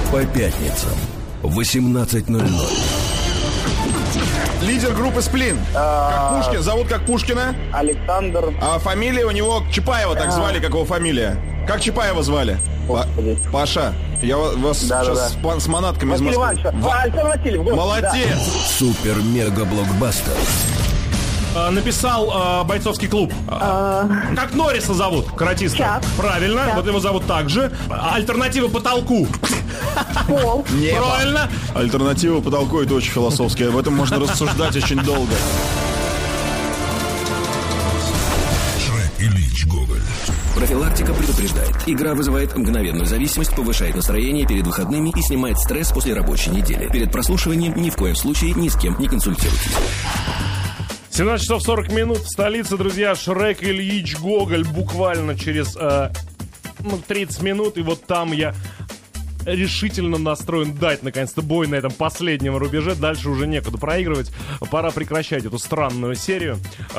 По пятницам в 18:00. Лидер группы «Сплин». Как Пушкин. Зовут как Пушкина? Александр. А фамилия у него Чапаева так звали, как его фамилия. Как Чапаева звали? Паша. Я вас сейчас с манатками из Москвы. Александр Васильев. Молодец. Супер-мега-блокбастер. Написал бойцовский клуб. Как Норриса зовут, каратиста? Чак. Правильно, Чак. вот его зовут так же. Альтернатива потолку. Пол. Правильно. Альтернатива потолку — это очень философски. Об этом можно рассуждать очень долго. Шрек Ильич Гоголь. Профилактика предупреждает. Игра вызывает мгновенную зависимость, повышает настроение перед выходными и снимает стресс после рабочей недели. Перед прослушиванием ни в коем случае ни с кем не консультируйтесь. 17 часов 40 минут в столице, друзья. Шрек Ильич Гоголь буквально через 30 минут. И вот там я решительно настроен дать, наконец-то, бой на этом последнем рубеже. Дальше уже некуда проигрывать. Пора прекращать эту странную серию.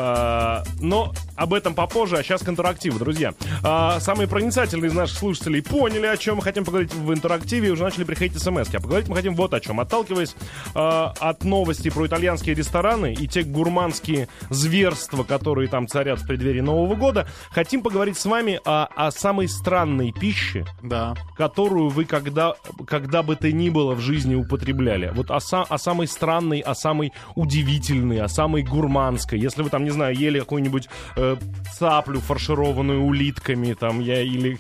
Но об этом попозже, а сейчас к интерактиву, друзья. Самые проницательные из наших слушателей поняли, о чем мы хотим поговорить в интерактиве, и уже начали приходить смс-ки. А поговорить мы хотим вот о чем. Отталкиваясь от новостей про итальянские рестораны и те гурманские зверства, которые там царят в преддверии Нового года, хотим поговорить с вами о самой странной пище, которую вы когда бы то ни было в жизни употребляли. Вот о самой странной, о самой удивительной, о самой гурманской. Если вы там, не знаю, ели какую-нибудь цаплю, фаршированную улитками, там, или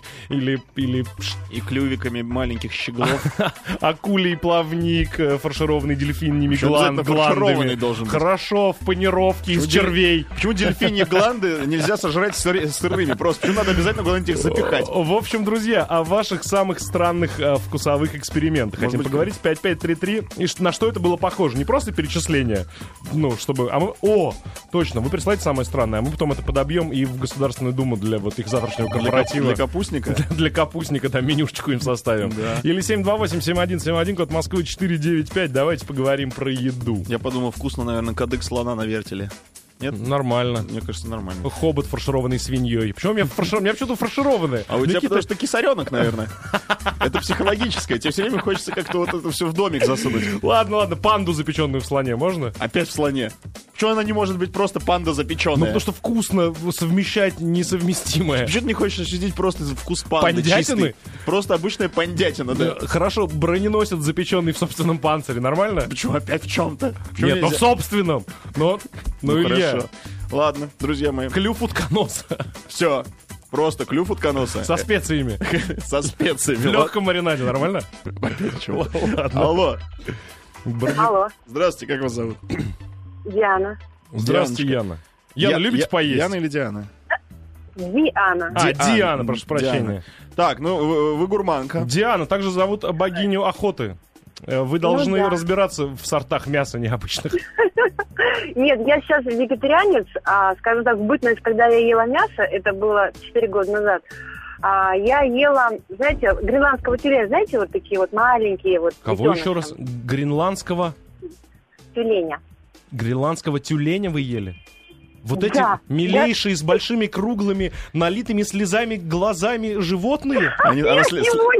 И клювиками маленьких щеглов. акулий плавник, фаршированный дельфиньими Фаршированный гландами. должен быть. Хорошо, в панировке из червей. Почему дельфиньи гланды нельзя сожрать сырыми? Просто почему надо обязательно куда-нибудь их запихать? В общем, друзья, о ваших самых странных вкусовых экспериментах хотим поговорить. 5533. И на что это было похоже? Не просто перечисление, чтобы... точно, вы присылаете самое странное, а мы потом это подобьем и в Государственную Думу для вот их завтрашнего корпоратива. Для капустника? Для капустника, там, менюшечку им составим. Да. Или 728-7171, код Москвы 495. Давайте поговорим про еду. Я подумал, вкусно, наверное, кадык слона на вертеле. Нет? Нормально. Мне кажется, нормально. Хобот, фаршированный свиньей. Почему у меня почему-то фаршированное? А у тебя потому что кисаренок, наверное. Это психологическое. Тебе все время хочется как-то вот это все в домик засунуть. Ладно, панду, запеченную в слоне, можно? Опять в слоне. Почему она не может быть просто панда запеченная? Потому что вкусно совмещать несовместимое. Почему ты не хочешь ощутить просто вкус панды? Пандятины? Чистый? Просто обычная пандятина, да. Хорошо, броненосец, запеченный в собственном панцире, нормально? Почему опять в чем-то? Нет, в собственном. Ну, Илья. Хорошо. Ладно, друзья мои. Клюв утконоса. Все. Просто клюв утконоса. Со специями. Со специями. В легком маринаде, нормально? Ладно. Алло. Алло. Здравствуйте, как вас зовут? Диана. Здравствуйте, Яна. Яна, любите поесть? Яна или Диана? Диана. Диана, прошу прощения. Так, вы гурманка. Диана, также зовут богиню охоты. Вы должны разбираться в сортах мяса необычных. Нет, я сейчас вегетарианец, скажем так, в бытность, когда я ела мясо, это было 4 года назад, я ела, знаете, гренландского тюленя, знаете, вот такие вот маленькие вот. Кого еще раз? Гренландского? Тюленя. Гренландского тюленя вы ели? Вот эти милейшие, с большими круглыми, налитыми слезами глазами животные? Я их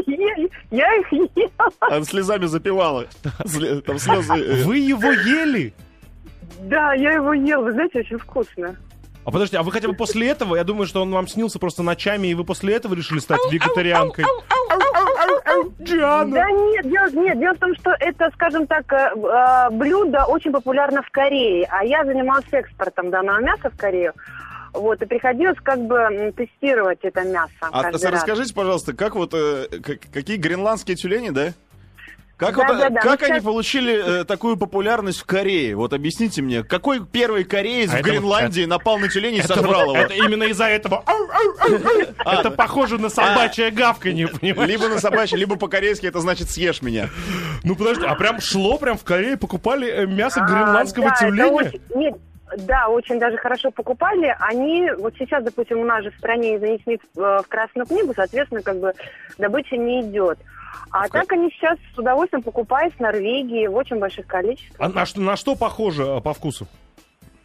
ела. Она слезами запивала. Там слезы. Вы его ели? Да, я его ела, вы знаете, очень вкусно. А подождите, а вы хотя бы после этого, я думаю, что он вам снился просто ночами, и вы после этого решили стать вегетарианкой? Диана! Да нет, дело в том, что это, скажем так, блюдо очень популярно в Корее, а я занималась экспортом данного мяса в Корею. Вот, и приходилось как бы тестировать это мясо. Расскажите, пожалуйста, какие гренландские тюлени, да? Как они получили такую популярность в Корее? Вот объясните мне, какой первый кореец в Гренландии напал на тюленей и сожрал его? Это именно из-за этого. Это похоже на собачье гавканье, понимаешь? Либо на собачье, либо по-корейски это значит «съешь меня». Ну подожди, а прям в Корее покупали мясо гренландского тюленя? Нет. Да, очень даже хорошо покупали. Они, вот сейчас, допустим, у нас же в стране занесены в Красную книгу, соответственно, как бы добыча не идет. А так они сейчас с удовольствием покупают в Норвегии в очень больших количествах. А на что похоже по вкусу?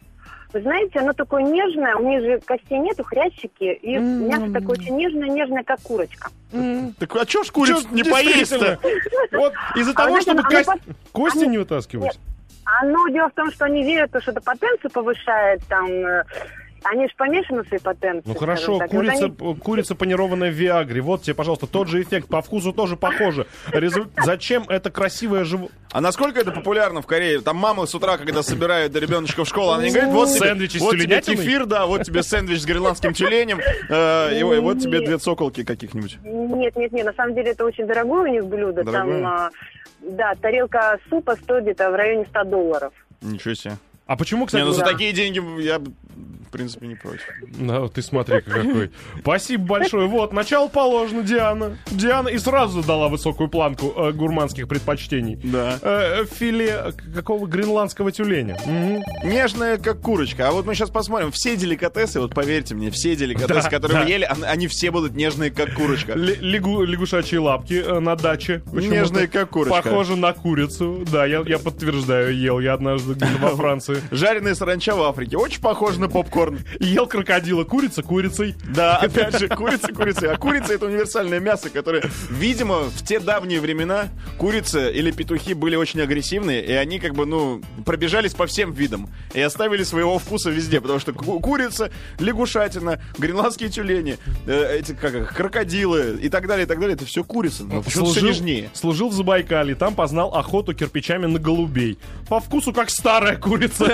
Вы знаете, оно такое нежное, у них же костей нету, хрящики, и мясо такое очень нежное, как курочка. Так а чё ж курицу не поесть-то? Вот из-за того, чтобы кости не вытаскивать. Оно, дело в том, что они верят, что это потенцию повышает, там... Они же помешаны в своей потенции. Ну хорошо, курица панированная в Виагре. Вот тебе, пожалуйста, тот же эффект. По вкусу тоже похоже. Зачем это красивое животное? А насколько это популярно в Корее? Там мамы с утра, когда собирают ребеночка в школу, она не говорит, вот тебе кефир, да, вот тебе сэндвич с гренландским тюленем, и вот тебе 2 цоколки каких-нибудь. Нет, на самом деле это очень дорогое у них блюдо. Там, да, тарелка супа стоит где-то в районе $100. Ничего себе. А почему, кстати... за такие деньги я, в принципе, не против. Ну, ты смотри какой. Спасибо большое. Вот, начало положено, Диана. Диана и сразу дала высокую планку гурманских предпочтений. Да. Филе какого гренландского тюленя. Нежная, как курочка. А вот мы сейчас посмотрим. Все деликатесы, вот поверьте мне, все деликатесы, которые вы ели, они все будут нежные, как курочка. Лягушачьи лапки на даче. Нежные, как курочка. Похоже на курицу. Да, я подтверждаю, ел я однажды во Франции. Жареная саранча в Африке. Очень похоже на попкорн. Ел крокодила. Курица курицей. Да, опять же, курица курицей. А курица — это универсальное мясо, которое, видимо, в те давние времена курица или петухи были очень агрессивные, и они как бы, пробежались по всем видам и оставили своего вкуса везде, потому что курица, лягушатина, гренландские тюлени, крокодилы и так далее, это все курица. Но почему-то все нежнее. Служил в Забайкалье, там познал охоту кирпичами на голубей. По вкусу как старая курица.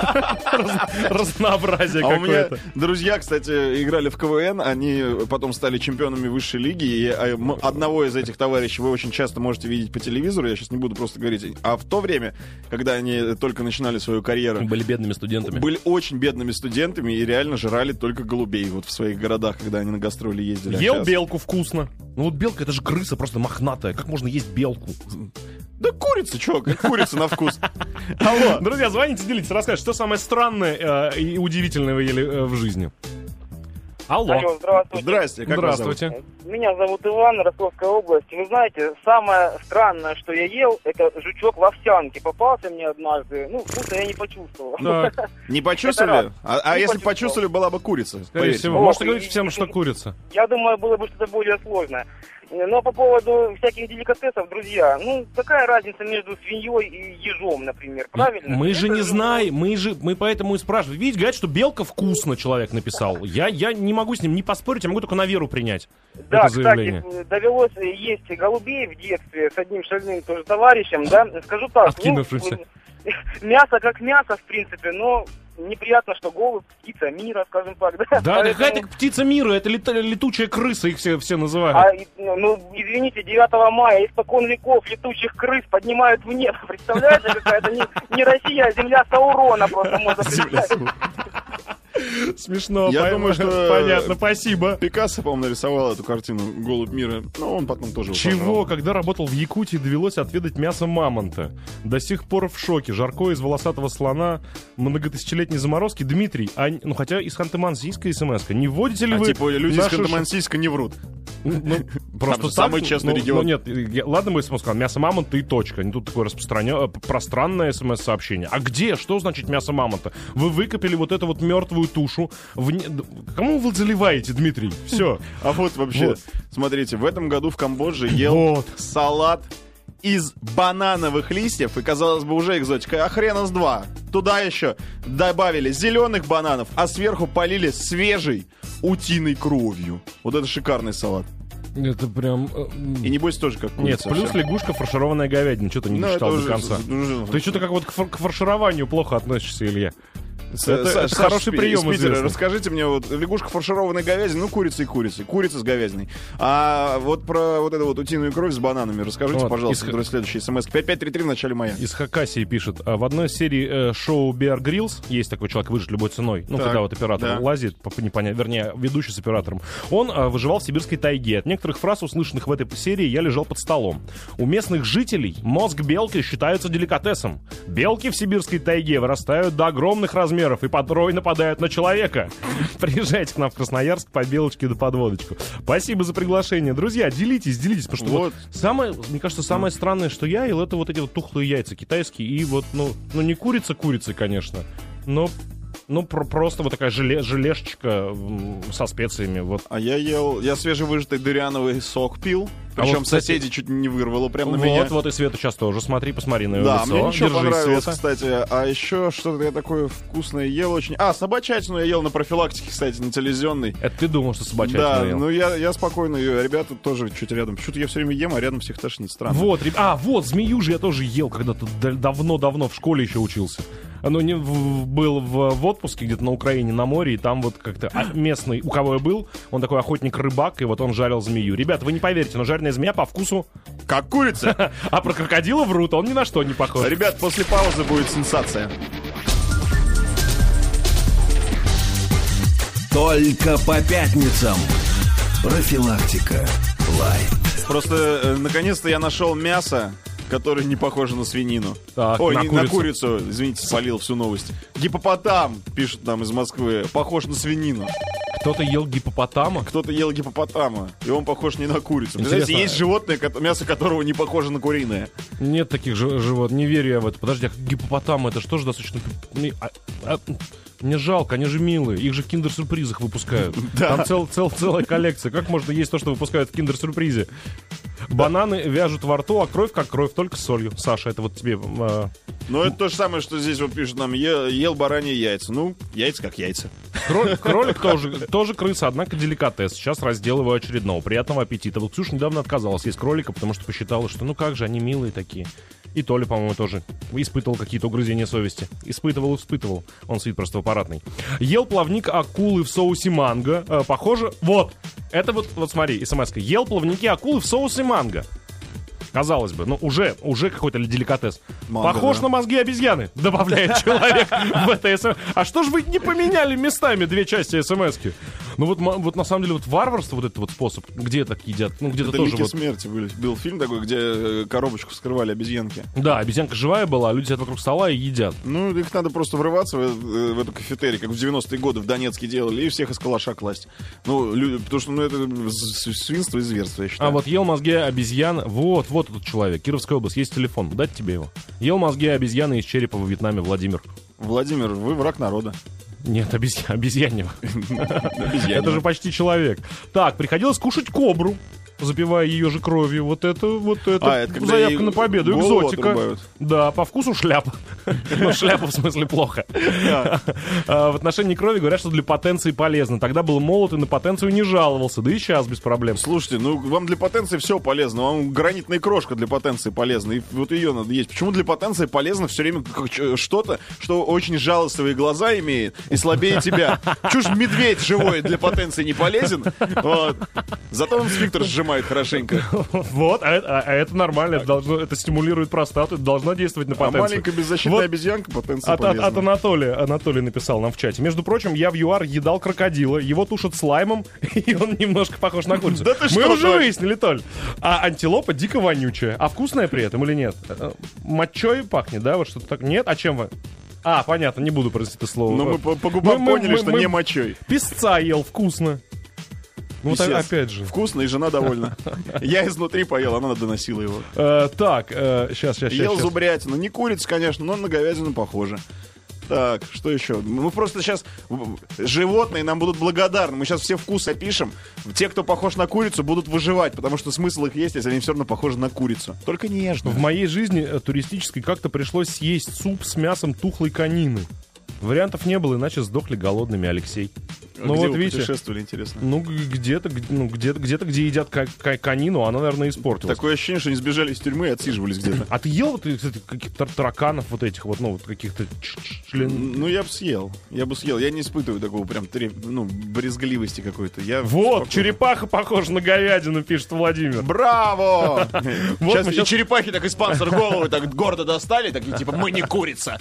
Разнообразие какое-то. А у меня друзья, кстати, играли в КВН, они потом стали чемпионами высшей лиги, и одного из этих товарищей вы очень часто можете видеть по телевизору, я сейчас не буду просто говорить. А в то время, когда они только начинали свою карьеру... Были бедными студентами. Были очень бедными студентами и реально жрали только голубей вот в своих городах, когда они на гастроли ездили. Ел белку вкусно. Ну вот белка — это же крыса просто мохнатая. Как можно есть белку? Да курица, чё, как курица на вкус. Алло. Друзья, звоните, делитесь, расскажите, что самое странное и удивительное вы ели в жизни. Алло. Алло, здравствуйте. Здрасте, как вас зовут? Меня зовут Иван, Ростовская область. Вы знаете, самое странное, что я ел, это жучок в овсянке. Попался мне однажды. Вкуса я не почувствовал. Не почувствовали? А если почувствовали, была бы курица. Скорее всего. Можете говорить всем, что курица. Я думаю, было бы что-то более сложное. Но по поводу всяких деликатесов, друзья, какая разница между свиньей и ежом, например, правильно? Мы же не знаем, мы поэтому и спрашиваем. Видите, говорят, что белка вкусно, человек написал. Я не могу с ним не поспорить, я могу только на веру принять. Да, кстати, довелось есть голубей в детстве с одним шальным тоже товарищем, да, скажу так. Откинувшимся. Мясо как мясо, в принципе, но... Неприятно, что голубь, птица мира, скажем так. Да, какая-то птица мира, это летучая крыса, их все называют. Извините, 9 мая испокон веков летучих крыс поднимают в небо. Представляете, какая-то не Россия, а земля Саурона просто можно представить. Смешно, я думаю, что понятно, спасибо. Пикассо, по-моему, нарисовал эту картину «Голубь мира», но он потом тоже... Чего? Когда работал в Якутии, довелось отведать мясо мамонта. До сих пор в шоке. Жаркое из волосатого слона, многотысячелетней заморозки. Дмитрий, хотя из Ханты-Мансийска смс-ка, не вводите ли вы... люди из Ханты-Мансийска не врут. Просто самый честный регион. Нет, ладно, мы сказали, мясо мамонта и точка. Не тут такое пространное смс-сообщение. А где? Что значит мясо мамонта? Вы выкопали вот эту вот мертвую тушу. Кому вы заливаете, Дмитрий? Все. А вот вообще, смотрите, в этом году в Камбодже ел салат из банановых листьев, и, казалось бы, уже экзотика, а хрена с два. Туда еще добавили зеленых бананов, а сверху полили свежей утиной кровью. Вот это шикарный салат. Это прям... И небось тоже как курица. Нет, плюс лягушка, фаршированная говядина. Что-то не читал до конца. Ты что-то как вот к фаршированию плохо относишься, Илья. Это хороший прием из Питера. Расскажите мне, вот лягушка фаршированная говядина, курица и курица. Курица с говядиной. А вот про вот эту вот утиную кровь с бананами расскажите, пожалуйста, следующий смс. 5533 в начале мая. Из Хакасии пишет. В одной серии шоу Bear Grylls есть такой человек, выжить любой ценой. Когда вот оператор лазит, вернее, ведущий с оператором. Он выживал в сибирской тайге. От некоторых фраз, услышанных в этой серии, я лежал под столом. У местных жителей мозг белки считается деликатесом. Белки в сибирской тайге вырастают до огромных размеров и порой нападают на человека. Приезжайте к нам в Красноярск по белочке да подводочку. Спасибо за приглашение. Друзья, делитесь, потому что вот самое, мне кажется, самое странное, что я ел, это вот эти вот тухлые яйца китайские. И вот, не курица, конечно, но Ну, просто вот такая желешечка со специями. Вот. А я свежевыжатый дуриановый сок пил. Причем вот, соседи чуть не вырвало прямо на меня. Вот и Света сейчас тоже. Посмотри на ее лицо. Да, мне ничего понравилось, кстати. А еще что-то я такое вкусное ел очень. Собачатину я ел на профилактике, кстати, на телевизионной. Это ты думал, что собачатину ел? Да, ну я спокойно ее. Ребята тоже чуть рядом. Почему-то я все время ем, а рядом всех тошнит. Странно. Вот, змею же я тоже ел когда-то давно-давно в школе еще учился. Был в отпуске где-то на Украине, на море, и там вот как-то местный, у кого я был, он такой охотник-рыбак, и вот он жарил змею. Ребята, вы не поверите, но жареная змея по вкусу... Как курица! А про крокодила врут, он ни на что не похож. Ребят, после паузы будет сенсация. Только по пятницам. Профилактика лайв. Просто, наконец-то я нашел мясо, который не похоже на свинину. Так, на курицу. Извините, спалил всю новость. Гипопотам, пишут нам из Москвы, похож на свинину. Кто-то ел гипопотама? Кто-то ел гипопотама, и он похож не на курицу. Представляете, есть животное, мясо которого не похоже на куриное. Нет таких животных, не верю я в это. Подожди, гипопотам, это что же достаточно... Мне жалко, они же милые. Их же в киндер-сюрпризах выпускают. Там целая коллекция. Как можно есть то, что выпускают в киндер-сюрпризе? Бананы вяжут во рту, а кровь как кровь, только с солью. Саша, это вот тебе... Ну, это то же самое, что здесь вот пишут нам. Ел бараньи яйца. Ну, яйца как яйца. Кролик тоже крыса, однако деликатес. Сейчас разделываю очередного. Приятного аппетита. Вот Ксюша недавно отказалась есть кролика, потому что посчитала, что ну как же, они милые такие. И Толя, по-моему, тоже испытывал какие-то угрызения совести. Испытывал. Он сидит просто в аппаратной. Ел плавник акулы в соусе манго. Похоже... Вот. Это вот смотри, смс-ка. Ел плавники акулы в соусе манго. Казалось бы, ну уже какой-то деликатес. Манго, похож на мозги обезьяны, добавляет человек в это смс. А что ж вы не поменяли местами две части смс-ки? Ну вот на самом деле вот варварство, вот этот вот способ, где так едят, ну где-то это тоже «Лики вот... смерти» был фильм такой, где коробочку вскрывали обезьянки. Да, обезьянка живая была, а люди сидят вокруг стола и едят. Ну, их надо просто врываться в эту кафетерию, как в 90-е годы в Донецке делали, и всех из калаша класть. Ну, потому что это свинство и зверство, я считаю. А вот ел мозги обезьян, вот этот человек, Кировская область, есть телефон, дать тебе его. Ел мозги обезьяны из черепа во Вьетнаме, Владимир. Владимир, вы враг народа. Нет, обезьянева. Это же почти человек. Так, приходилось кушать кобру, запивая ее же кровью. Вот это заявка на победу. Экзотика. Да, по вкусу шляпа. Ну, шляпа в смысле плохо. В отношении крови говорят, что для потенции полезно. Тогда был молод и на потенцию не жаловался. Да и сейчас без проблем. Слушайте, ну вам для потенции все полезно. Вам гранитная крошка для потенции полезна. И вот ее надо есть. Почему для потенции полезно все время что-то, что очень жалостливые глаза имеет и слабее тебя? Чушь, медведь живой для потенции не полезен. Вот. Зато он сфинктер сжимает хорошенько. Вот, а это нормально. Это стимулирует простату. Это должно действовать на потенцию. А маленькая беззащитная обезьянка потенция полезна. От Анатолия написал нам в чате. Между прочим, я в ЮАР едал крокодила. Его тушат слаймом, и он немножко похож на курицу. Мы уже выяснили, Толь. А антилопа дико вонючая. А вкусная при этом или нет? Мочой пахнет, да? Вот что-то так. Нет? А чем вы? А, понятно, не буду произносить это слово. Но мы по губам поняли, что не мочой. Песца ел, вкусно. Вот опять же. Вкусно, и жена довольна. Я изнутри поел, она доносила его. Так, сейчас. Ел зубрятину. Не курица, конечно, но на говядину похоже. Так, что еще? Мы просто сейчас... Животные нам будут благодарны. Мы сейчас все вкусы опишем. Те, кто похож на курицу, будут выживать, потому что смысл их есть, если они все равно похожи на курицу. Только нежно. В моей жизни туристической как-то пришлось съесть суп с мясом тухлой конины. Вариантов не было, иначе сдохли голодными, Алексей. Ну где вот вы видите, путешествовали, интересно? Ну, где-то, где едят конину, она, наверное, испортилась. Такое ощущение, что они сбежали из тюрьмы и отсиживались где-то. А ты ел вот, кстати, каких-то тараканов вот этих вот, ну, вот каких-то Ну, я бы съел. Я не испытываю такого прям, брезгливости какой-то. Вот, черепаха похожа на говядину, пишет Владимир. Браво! Сейчас и черепахи так из панцир головы так гордо достали, такие типа, мы не курица.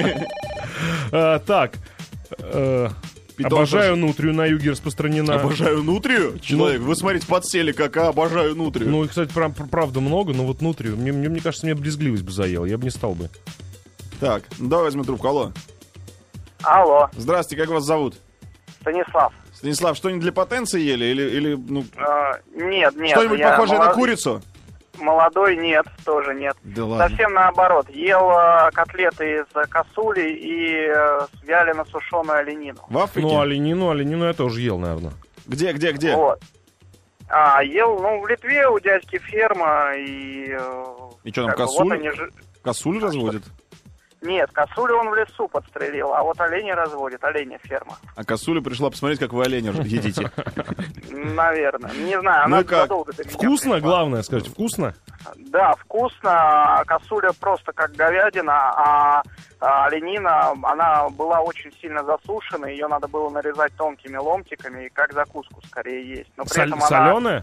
Так, обожаю нутрию, на юге распространена. Обожаю нутрию? Человек, вы смотрите, подсели, обожаю нутрию. Ну, и, кстати, правда много, но вот нутрию, мне кажется, мне брезгливость бы заела, я бы не стал бы. Так, давай возьмем трубку, алло. Алло. Здравствуйте, как вас зовут? Станислав. Станислав, что-нибудь для потенции ели? Или Нет. Что-нибудь похожее на курицу? Молодой нет, тоже нет. Да ладно. Совсем наоборот. Ел котлеты из косули и вялено-сушеную оленину. В Африке? Ну, оленину я тоже ел, наверное. Где? Вот. Ел, в Литве у дядьки ферма и... И что там, косуль? Вот Косуль разводит? Нет, косулю он в лесу подстрелил, а вот оленя разводит, оленя ферма. А косуля пришла посмотреть, как вы оленя едите. Наверное. Не знаю, она задолго до меня Вкусно, пришла. главное сказать, вкусно? Да, вкусно. Косуля просто как говядина, а оленина, она была очень сильно засушена, ее надо было нарезать тонкими ломтиками и как закуску скорее есть. Но при этом соленая?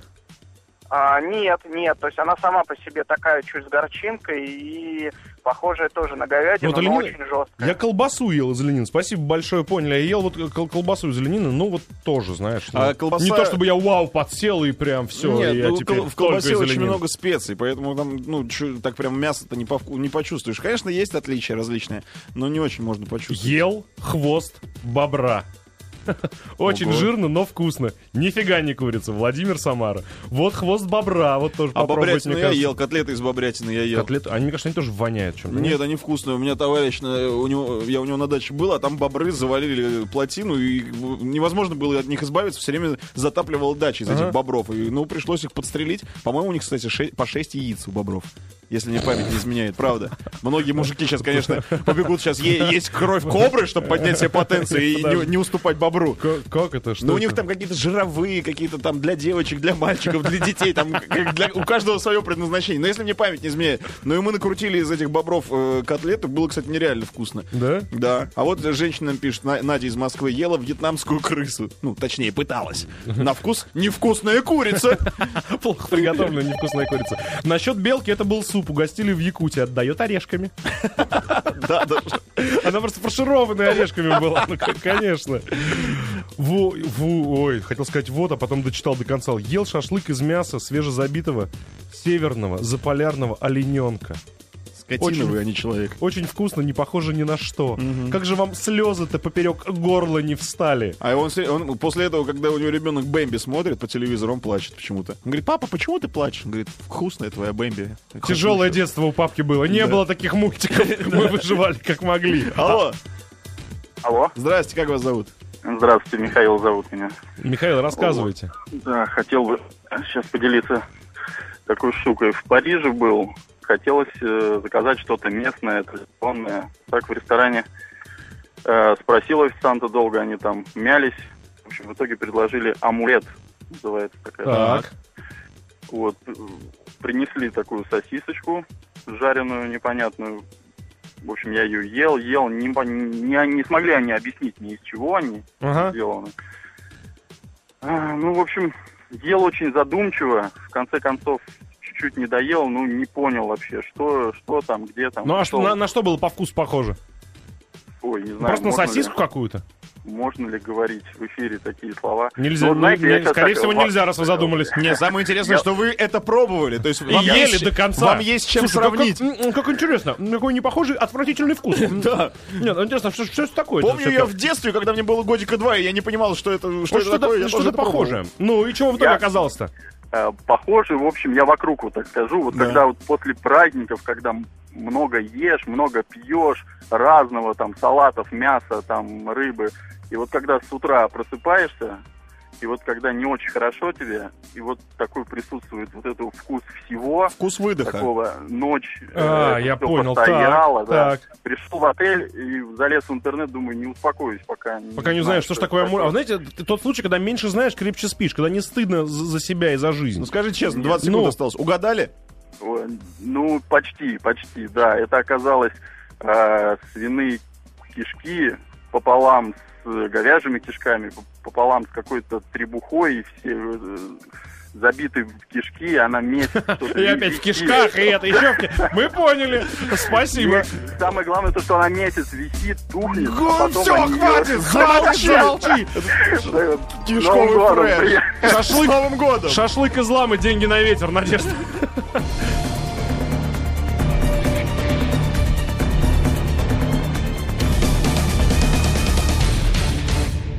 Нет, то есть она сама по себе такая чуть с горчинкой и похожая тоже на говядину, вот но очень жесткая. Я колбасу ел из оленины, спасибо большое, поняли. Я ел вот колбасу из оленины, тоже, знаешь. Колбаса... Не то, чтобы я подсел и прям все. Нет, в колбасе очень много специй, поэтому там, так прям мясо-то не почувствуешь. Конечно, есть отличия различные, но не очень можно почувствовать. Ел хвост бобра. Очень жирно, но вкусно. Нифига не курица. Владимир, Самара. Вот хвост бобра. Вот тоже попробовать, бобрятину я ел, котлеты из бобрятины я ел. Котлеты? Мне кажется, они тоже воняют чем-то. Нет, они вкусные. У меня товарищ, я у него на даче был, а там бобры завалили плотину, и невозможно было от них избавиться. Все время затапливал дачи из этих бобров. И, пришлось их подстрелить. По-моему, у них, кстати, по 6 яиц у бобров. Если мне память не изменяет, правда. Многие мужики сейчас, конечно, побегут сейчас есть кровь кобры, чтобы поднять себе потенцию и не уступать бобру. Как это? Что у них там какие-то жировые, какие-то там для девочек, для мальчиков, для детей. Там у каждого свое предназначение. Но если мне память не изменяет. И мы накрутили из этих бобров котлеты. Было, кстати, нереально вкусно. Да? Да. А вот женщина нам пишет, Надя из Москвы ела вьетнамскую крысу. Точнее, пыталась. На вкус невкусная курица. Плохо приготовленная невкусная курица. Насчет белки, это был суп. Угостили в Якутии, отдает орешками. Да. Она просто фаршированная орешками была. Конечно. Ой, хотел сказать а потом дочитал до конца. Ел шашлык из мяса свежезабитого северного заполярного олененка. Скотина вы, а не человек. Очень вкусно, не похоже ни на что. Как же вам слезы-то поперек горла не встали? А он после этого, когда у него ребенок Бэмби смотрит по телевизору, он плачет почему-то. Он говорит: папа, почему ты плачешь? Он говорит: вкусная твоя Бэмби. Тяжелое детство у папки было. Не было таких мультиков. Мы выживали как могли. Алло. Алло. Здрасте, как вас зовут? Здравствуйте, Михаил зовут меня. Михаил, рассказывайте. Да, хотел бы сейчас поделиться такой штукой. В Париже был. Хотелось заказать что-то местное, традиционное. Так в ресторане спросил официанта, долго они там мялись. В общем, в итоге предложили омлет, называется такая. Так. Вот, принесли такую сосисочку жареную, непонятную. В общем, я ее ел, не смогли они объяснить ни из чего они сделаны. В общем, ел очень задумчиво, в конце концов чуть не доел, не понял вообще, что там, где там. А на что было по вкусу похоже? Ой, не знаю. Просто на сосиску какую-то? Можно ли говорить в эфире такие слова? Нельзя, скорее всего, нельзя, раз вы задумались. Не, самое интересное, что вы это пробовали. То есть и ели до конца. Вам есть чем сравнить. Как интересно. Какой непохожий, отвратительный вкус. Да. Нет, интересно, что это такое? Помню я в детстве, когда мне было годика 2, и я не понимал, что это такое. Что-то похожее. И чего в итоге оказалось-то? Похоже, в общем, я вокруг так скажу, когда после праздников, когда много ешь, много пьешь, разного там салатов, мяса, там рыбы, и когда с утра просыпаешься, и когда не очень хорошо тебе, и такой присутствует этот вкус всего. Вкус выдоха. Такого ночь. Я понял. Постояло, так. Пришел в отель и залез в интернет, думаю, не успокоюсь, пока не знаешь, что ж такое омлет. А знаете, тот случай, когда меньше знаешь, крепче спишь, когда не стыдно за себя и за жизнь. Скажите честно, 20 секунд осталось. Угадали? Почти, да. Это оказалось свиные кишки пополам с говяжьими кишками, пополам с какой-то требухой, и все забиты в кишки, она месяц... И опять в кишках, и это еще в кишках. Мы поняли. Спасибо. И самое главное, что она месяц висит, тухнет. Все, хватит! Замолчи! Кишковый фреш. Шашлык. С Новым годом! Шашлык из ламы, деньги на ветер, Надежда.